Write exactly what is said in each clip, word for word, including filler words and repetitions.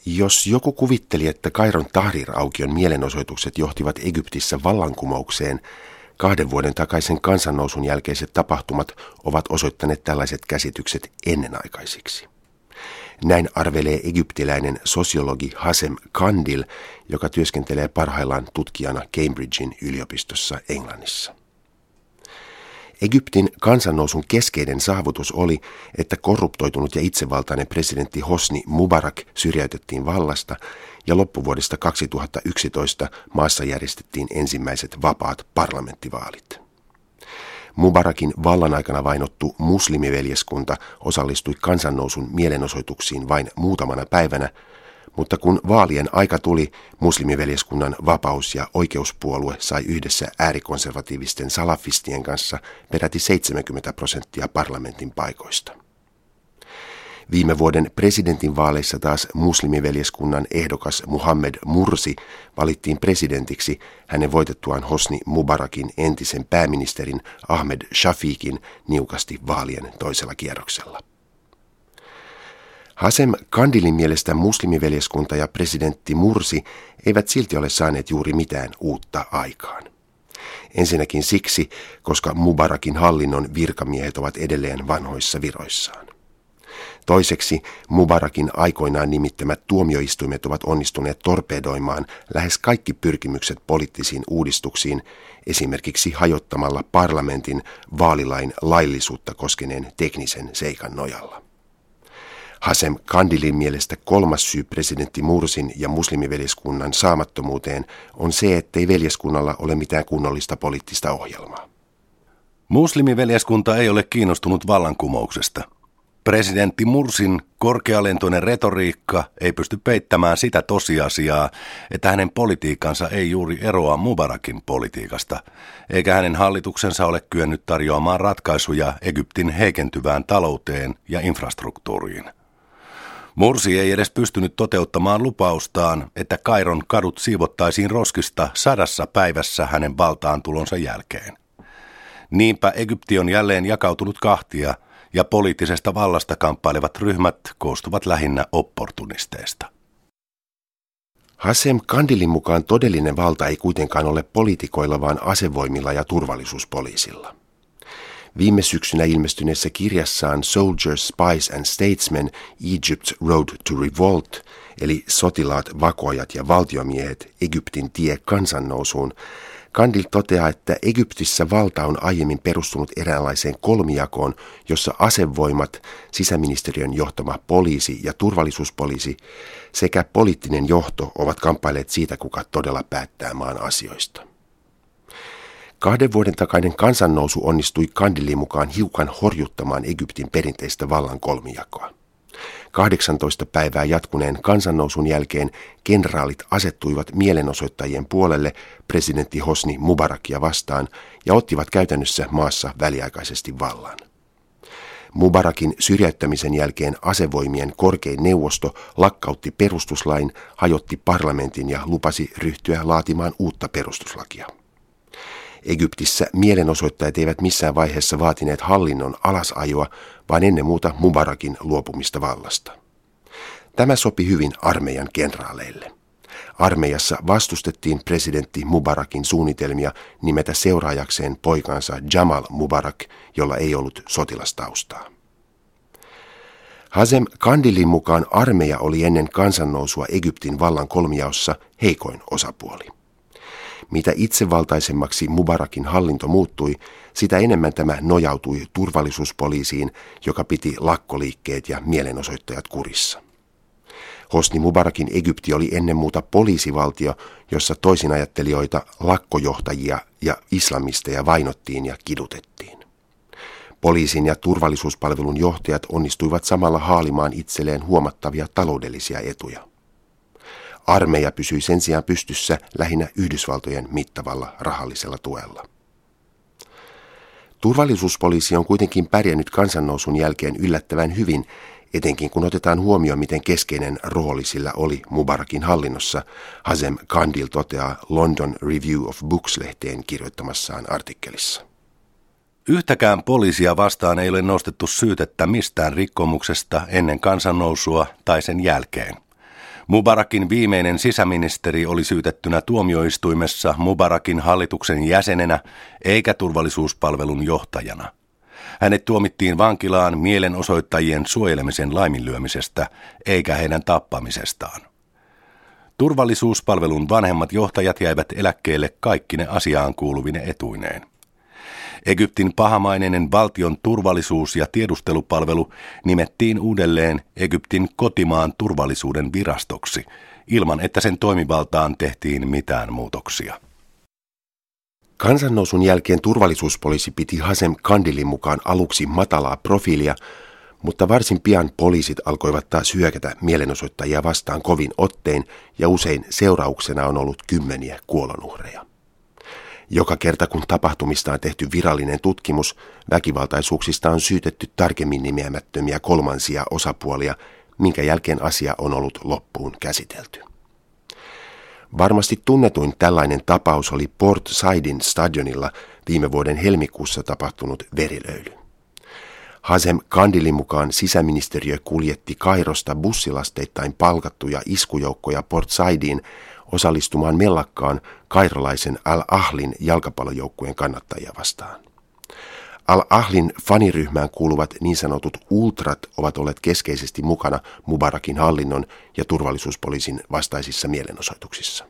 Jos joku kuvitteli, että Kairon Tahrir-aukion mielenosoitukset johtivat Egyptissä vallankumoukseen, kahden vuoden takaisen kansannousun jälkeiset tapahtumat ovat osoittaneet tällaiset käsitykset ennenaikaisiksi. Näin arvelee egyptiläinen sosiologi Hassem Kandil, joka työskentelee parhaillaan tutkijana Cambridgein yliopistossa Englannissa. Egyptin kansannousun keskeinen saavutus oli, että korruptoitunut ja itsevaltainen presidentti Hosni Mubarak syrjäytettiin vallasta ja loppuvuodesta kaksituhattayksitoista maassa järjestettiin ensimmäiset vapaat parlamenttivaalit. Mubarakin vallan aikana vainottu muslimiveljeskunta osallistui kansannousun mielenosoituksiin vain muutamana päivänä, mutta kun vaalien aika tuli, muslimiveljeskunnan vapaus- ja oikeuspuolue sai yhdessä äärikonservatiivisten salafistien kanssa peräti seitsemänkymmentä prosenttia parlamentin paikoista. Viime vuoden presidentinvaaleissa taas muslimiveljeskunnan ehdokas Mohammed Mursi valittiin presidentiksi hänen voitettuaan Hosni Mubarakin entisen pääministerin Ahmed Shafiqin niukasti vaalien toisella kierroksella. Hassem Kandilin mielestä muslimiveljeskunta ja presidentti Mursi eivät silti ole saaneet juuri mitään uutta aikaan. Ensinnäkin siksi, koska Mubarakin hallinnon virkamiehet ovat edelleen vanhoissa viroissaan. Toiseksi Mubarakin aikoinaan nimittämät tuomioistuimet ovat onnistuneet torpedoimaan lähes kaikki pyrkimykset poliittisiin uudistuksiin, esimerkiksi hajottamalla parlamentin vaalilain laillisuutta koskeneen teknisen seikan nojalla. Hassem Kandilin mielestä kolmas syy presidentti Mursin ja muslimiveljeskunnan saamattomuuteen on se, ettei veljeskunnalla ole mitään kunnollista poliittista ohjelmaa. Muslimiveljeskunta ei ole kiinnostunut vallankumouksesta. Presidentti Mursin korkealentoinen retoriikka ei pysty peittämään sitä tosiasiaa, että hänen politiikansa ei juuri eroa Mubarakin politiikasta, eikä hänen hallituksensa ole kyennyt tarjoamaan ratkaisuja Egyptin heikentyvään talouteen ja infrastruktuuriin. Mursi ei edes pystynyt toteuttamaan lupaustaan, että Kairon kadut siivottaisiin roskista sadassa päivässä hänen valtaantulonsa jälkeen. Niinpä Egypti on jälleen jakautunut kahtia, ja poliittisesta vallasta kamppailevat ryhmät koostuvat lähinnä opportunisteista. Hassem Kandilin mukaan todellinen valta ei kuitenkaan ole poliitikoilla, vaan asevoimilla ja turvallisuuspoliisilla. Viime syksynä ilmestyneessä kirjassaan Soldiers, Spies and Statesmen, Egypt's Road to Revolt, eli sotilaat, vakoajat ja valtiomiehet, Egyptin tie kansannousuun, Kandil toteaa, että Egyptissä valta on aiemmin perustunut eräänlaiseen kolmijakoon, jossa asevoimat, sisäministeriön johtama poliisi ja turvallisuuspoliisi sekä poliittinen johto ovat kamppailleet siitä, kuka todella päättää maan asioista. Kahden vuoden takainen kansannousu onnistui Kandilin mukaan hiukan horjuttamaan Egyptin perinteistä vallan kolmijakoa. kahdeksantoista päivää jatkuneen kansannousun jälkeen kenraalit asettuivat mielenosoittajien puolelle presidentti Hosni Mubarakia vastaan ja ottivat käytännössä maassa väliaikaisesti vallan. Mubarakin syrjäyttämisen jälkeen asevoimien korkein neuvosto lakkautti perustuslain, hajotti parlamentin ja lupasi ryhtyä laatimaan uutta perustuslakia. Egyptissä mielenosoittajat eivät missään vaiheessa vaatineet hallinnon alasajoa, vaan ennen muuta Mubarakin luopumista vallasta. Tämä sopi hyvin armeijan kenraaleille. Armeijassa vastustettiin presidentti Mubarakin suunnitelmia nimetä seuraajakseen poikansa Jamal Mubarak, jolla ei ollut sotilastaustaa. Hassem Kandilin mukaan armeija oli ennen kansannousua Egyptin vallan kolmijaossa heikoin osapuoli. Mitä itsevaltaisemmaksi Mubarakin hallinto muuttui, sitä enemmän tämä nojautui turvallisuuspoliisiin, joka piti lakkoliikkeet ja mielenosoittajat kurissa. Hosni Mubarakin Egypti oli ennen muuta poliisivaltio, jossa toisinajattelijoita, lakkojohtajia ja islamisteja vainottiin ja kidutettiin. Poliisin ja turvallisuuspalvelun johtajat onnistuivat samalla haalimaan itselleen huomattavia taloudellisia etuja. Armeija pysyi sen sijaan pystyssä lähinnä Yhdysvaltojen mittavalla rahallisella tuella. Turvallisuuspoliisi on kuitenkin pärjännyt kansannousun jälkeen yllättävän hyvin, etenkin kun otetaan huomioon, miten keskeinen rooli sillä oli Mubarakin hallinnossa, Hassem Kandil toteaa London Review of Books-lehteen kirjoittamassaan artikkelissa. Yhtäkään poliisia vastaan ei ole nostettu syytettä mistään rikkomuksesta ennen kansannousua tai sen jälkeen. Mubarakin viimeinen sisäministeri oli syytettynä tuomioistuimessa Mubarakin hallituksen jäsenenä eikä turvallisuuspalvelun johtajana. Hänet tuomittiin vankilaan mielenosoittajien suojelemisen laiminlyömisestä eikä heidän tappamisestaan. Turvallisuuspalvelun vanhemmat johtajat jäivät eläkkeelle kaikkine asiaan kuuluvine etuineen. Egyptin pahamaineinen valtion turvallisuus- ja tiedustelupalvelu nimettiin uudelleen Egyptin kotimaan turvallisuuden virastoksi, ilman että sen toimivaltaan tehtiin mitään muutoksia. Kansannousun jälkeen turvallisuuspoliisi piti Hazem Kandilin mukaan aluksi matalaa profiilia, mutta varsin pian poliisit alkoivat taas hyökätä mielenosoittajia vastaan kovin ottein ja usein seurauksena on ollut kymmeniä kuolonuhreja. Joka kerta kun tapahtumista on tehty virallinen tutkimus, väkivaltaisuuksista on syytetty tarkemmin nimeämättömiä kolmansia osapuolia, minkä jälkeen asia on ollut loppuun käsitelty. Varmasti tunnetuin tällainen tapaus oli Port Saidin stadionilla viime vuoden helmikuussa tapahtunut verilöyly. Hazem Kandilin mukaan sisäministeriö kuljetti Kairosta bussilasteittain palkattuja iskujoukkoja Port Saidiin osallistumaan mellakkaan kairolaisen Al-Ahlin jalkapallojoukkueen kannattajia vastaan. Al-Ahlin faniryhmään kuuluvat niin sanotut ultrat ovat olleet keskeisesti mukana Mubarakin hallinnon ja turvallisuuspoliisin vastaisissa mielenosoituksissa.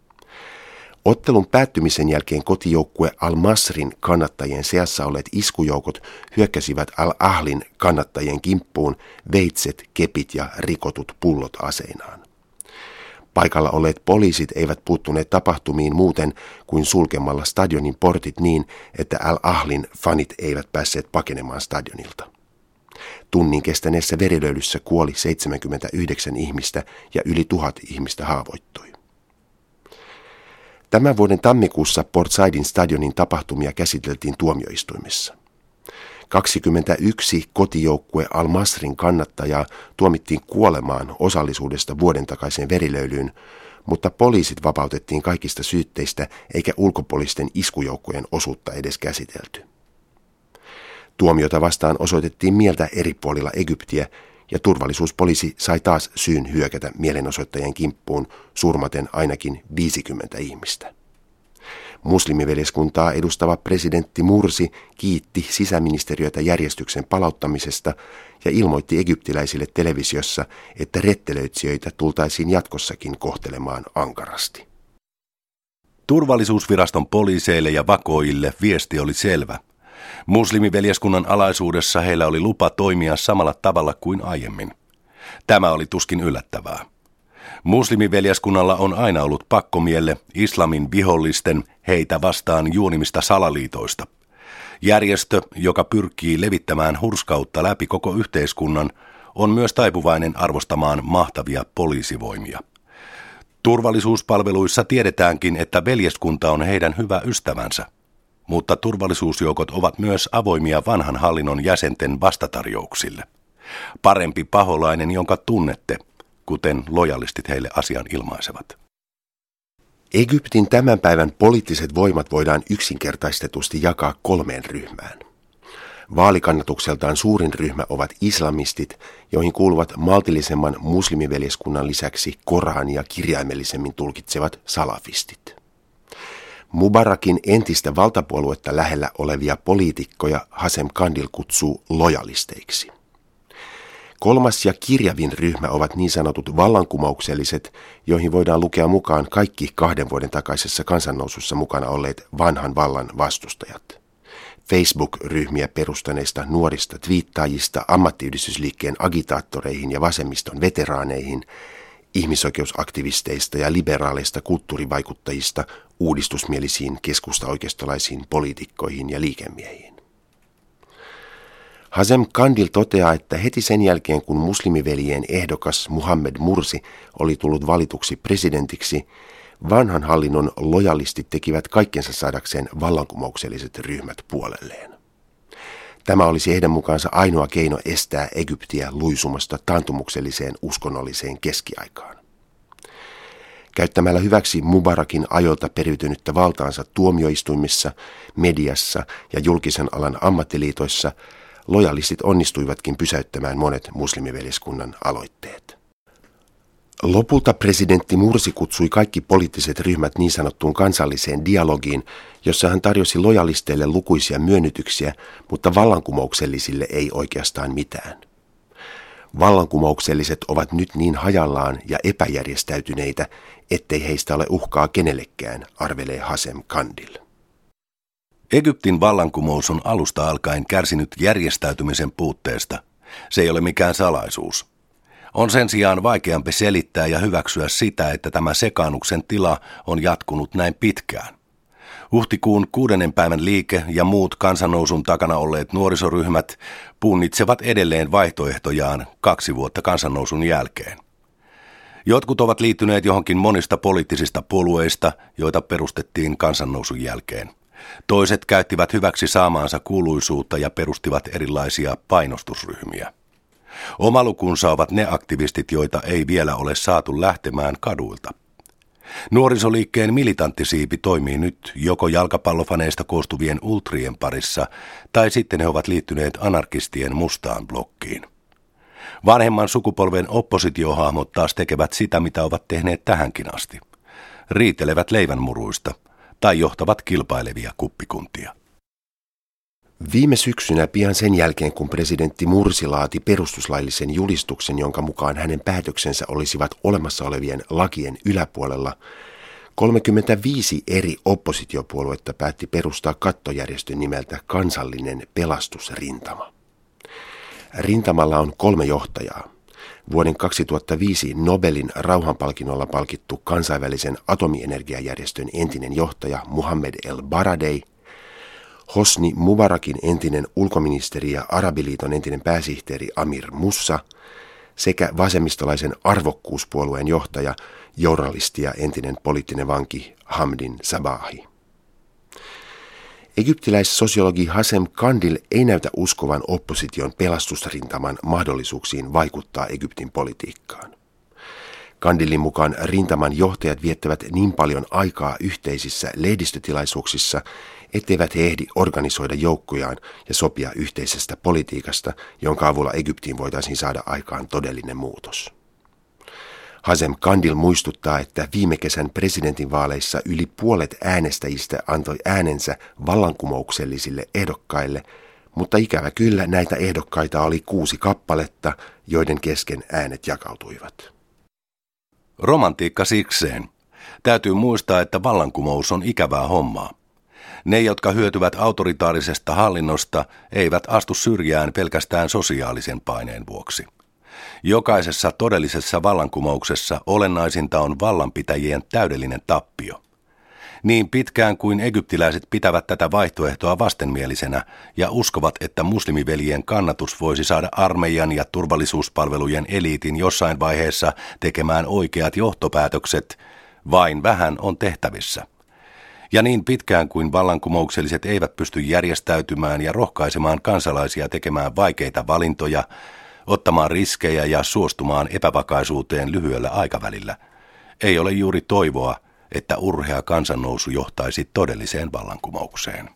Ottelun päättymisen jälkeen kotijoukkue Al-Masrin kannattajien seassa olleet iskujoukot hyökkäsivät Al-Ahlin kannattajien kimppuun veitset, kepit ja rikotut pullot aseinaan. Paikalla olleet poliisit eivät puuttuneet tapahtumiin muuten kuin sulkemalla stadionin portit niin, että Al-Ahlin fanit eivät päässeet pakenemaan stadionilta. Tunnin kestäneessä verilöylyssä kuoli seitsemänkymmentäyhdeksän ihmistä ja yli tuhat ihmistä haavoittui. Tämän vuoden tammikuussa Port Saidin stadionin tapahtumia käsiteltiin tuomioistuimessa. kaksikymmentäyksi kotijoukkue Al-Masrin kannattajaa tuomittiin kuolemaan osallisuudesta vuoden takaiseen verilöylyyn, mutta poliisit vapautettiin kaikista syytteistä eikä ulkopuolisten iskujoukkojen osuutta edes käsitelty. Tuomiota vastaan osoitettiin mieltä eri puolilla Egyptiä ja turvallisuuspoliisi sai taas syyn hyökätä mielenosoittajien kimppuun surmaten ainakin viisikymmentä ihmistä. Muslimiveljeskuntaa edustava presidentti Mursi kiitti sisäministeriötä järjestyksen palauttamisesta ja ilmoitti egyptiläisille televisiossa, että rettelöitsijöitä tultaisiin jatkossakin kohtelemaan ankarasti. Turvallisuusviraston poliiseille ja vakoille viesti oli selvä. Muslimiveljeskunnan alaisuudessa heillä oli lupa toimia samalla tavalla kuin aiemmin. Tämä oli tuskin yllättävää. Muslimiveljeskunnalla on aina ollut pakkomielle islamin vihollisten heitä vastaan juonimista salaliitoista. Järjestö, joka pyrkii levittämään hurskautta läpi koko yhteiskunnan, on myös taipuvainen arvostamaan mahtavia poliisivoimia. Turvallisuuspalveluissa tiedetäänkin, että veljeskunta on heidän hyvä ystävänsä, mutta turvallisuusjoukot ovat myös avoimia vanhan hallinnon jäsenten vastatarjouksille. Parempi paholainen, jonka tunnette, kuten lojalistit heille asian ilmaisevat. Egyptin tämän päivän poliittiset voimat voidaan yksinkertaistetusti jakaa kolmeen ryhmään. Vaalikannatukseltaan suurin ryhmä ovat islamistit, joihin kuuluvat maltillisemman muslimiveljeskunnan lisäksi Korania kirjaimellisemmin tulkitsevat salafistit. Mubarakin entistä valtapuoluetta lähellä olevia poliitikkoja Hazem Kandil kutsuu lojalisteiksi. Kolmas ja kirjavin ryhmä ovat niin sanotut vallankumoukselliset, joihin voidaan lukea mukaan kaikki kahden vuoden takaisessa kansannousussa mukana olleet vanhan vallan vastustajat. Facebook-ryhmiä perustaneista nuorista twiittaajista ammattiyhdistysliikkeen agitaattoreihin ja vasemmiston veteraaneihin, ihmisoikeusaktivisteista ja liberaaleista kulttuurivaikuttajista uudistusmielisiin keskusta-oikeistolaisiin poliitikkoihin ja liikemiehiin. Hazem Kandil toteaa, että heti sen jälkeen kun muslimiveljen ehdokas Muhammed Mursi oli tullut valituksi presidentiksi, vanhan hallinnon lojalistit tekivät kaikkensa saadakseen vallankumoukselliset ryhmät puolelleen. Tämä olisi heidän mukaansa ainoa keino estää Egyptiä luisumasta taantumukselliseen uskonnolliseen keskiaikaan. Käyttämällä hyväksi Mubarakin ajoilta periytynyttä valtaansa tuomioistuimissa, mediassa ja julkisen alan ammattiliitoissa, lojalistit onnistuivatkin pysäyttämään monet muslimiveljeskunnan aloitteet. Lopulta presidentti Mursi kutsui kaikki poliittiset ryhmät niin sanottuun kansalliseen dialogiin, jossa hän tarjosi lojalisteille lukuisia myönnytyksiä, mutta vallankumouksellisille ei oikeastaan mitään. Vallankumoukselliset ovat nyt niin hajallaan ja epäjärjestäytyneitä, ettei heistä ole uhkaa kenellekään, arvelee Hazem Kandil. Egyptin vallankumous on alusta alkaen kärsinyt järjestäytymisen puutteesta. Se ei ole mikään salaisuus. On sen sijaan vaikeampi selittää ja hyväksyä sitä, että tämä sekaannuksen tila on jatkunut näin pitkään. Huhtikuun kuudennen päivän liike ja muut kansannousun takana olleet nuorisoryhmät punnitsevat edelleen vaihtoehtojaan kaksi vuotta kansannousun jälkeen. Jotkut ovat liittyneet johonkin monista poliittisista puolueista, joita perustettiin kansannousun jälkeen. Toiset käyttivät hyväksi saamaansa kuuluisuutta ja perustivat erilaisia painostusryhmiä. Oma lukunsa ovat ne aktivistit, joita ei vielä ole saatu lähtemään kaduilta. Nuorisoliikkeen militanttisiipi toimii nyt joko jalkapallofaneista koostuvien ultrien parissa, tai sitten he ovat liittyneet anarkistien mustaan blokkiin. Vanhemman sukupolven oppositiohahmot taas tekevät sitä, mitä ovat tehneet tähänkin asti. Riitelevät leivänmuruista tai johtavat kilpailevia kuppikuntia. Viime syksynä pian sen jälkeen, kun presidentti Mursi laati perustuslaillisen julistuksen, jonka mukaan hänen päätöksensä olisivat olemassa olevien lakien yläpuolella, kolmekymmentäviisi eri oppositiopuoluetta päätti perustaa kattojärjestön nimeltä Kansallinen pelastusrintama. Rintamalla on kolme johtajaa. Vuoden kaksituhattaviisi Nobelin rauhanpalkinnolla palkittu kansainvälisen atomienergiajärjestön entinen johtaja Mohammed el-Baradei, Hosni Mubarakin entinen ulkoministeri ja Arabiliiton entinen pääsihteeri Amir Mussa sekä vasemmistolaisen arvokkuuspuolueen johtaja, journalisti ja entinen poliittinen vanki Hamdin Sabahi. Egyptiläissosiologi Hazem Kandil ei näytä uskovan opposition pelastusrintaman mahdollisuuksiin vaikuttaa Egyptin politiikkaan. Kandilin mukaan rintaman johtajat viettävät niin paljon aikaa yhteisissä lehdistötilaisuuksissa, etteivät he ehdi organisoida joukkojaan ja sopia yhteisestä politiikasta, jonka avulla Egyptiin voitaisiin saada aikaan todellinen muutos. Hazem Kandil muistuttaa, että viime kesän presidentinvaaleissa yli puolet äänestäjistä antoi äänensä vallankumouksellisille ehdokkaille, mutta ikävä kyllä näitä ehdokkaita oli kuusi kappaletta, joiden kesken äänet jakautuivat. Romantiikka sikseen. Täytyy muistaa, että vallankumous on ikävää hommaa. Ne, jotka hyötyvät autoritaarisesta hallinnosta, eivät astu syrjään pelkästään sosiaalisen paineen vuoksi. Jokaisessa todellisessa vallankumouksessa olennaisinta on vallanpitäjien täydellinen tappio. Niin pitkään kuin egyptiläiset pitävät tätä vaihtoehtoa vastenmielisenä ja uskovat, että muslimiveljen kannatus voisi saada armeijan ja turvallisuuspalvelujen eliitin jossain vaiheessa tekemään oikeat johtopäätökset, vain vähän on tehtävissä. Ja niin pitkään kuin vallankumoukselliset eivät pysty järjestäytymään ja rohkaisemaan kansalaisia tekemään vaikeita valintoja, ottamaan riskejä ja suostumaan epävakaisuuteen lyhyellä aikavälillä, ei ole juuri toivoa, että urhea kansannousu johtaisi todelliseen vallankumoukseen.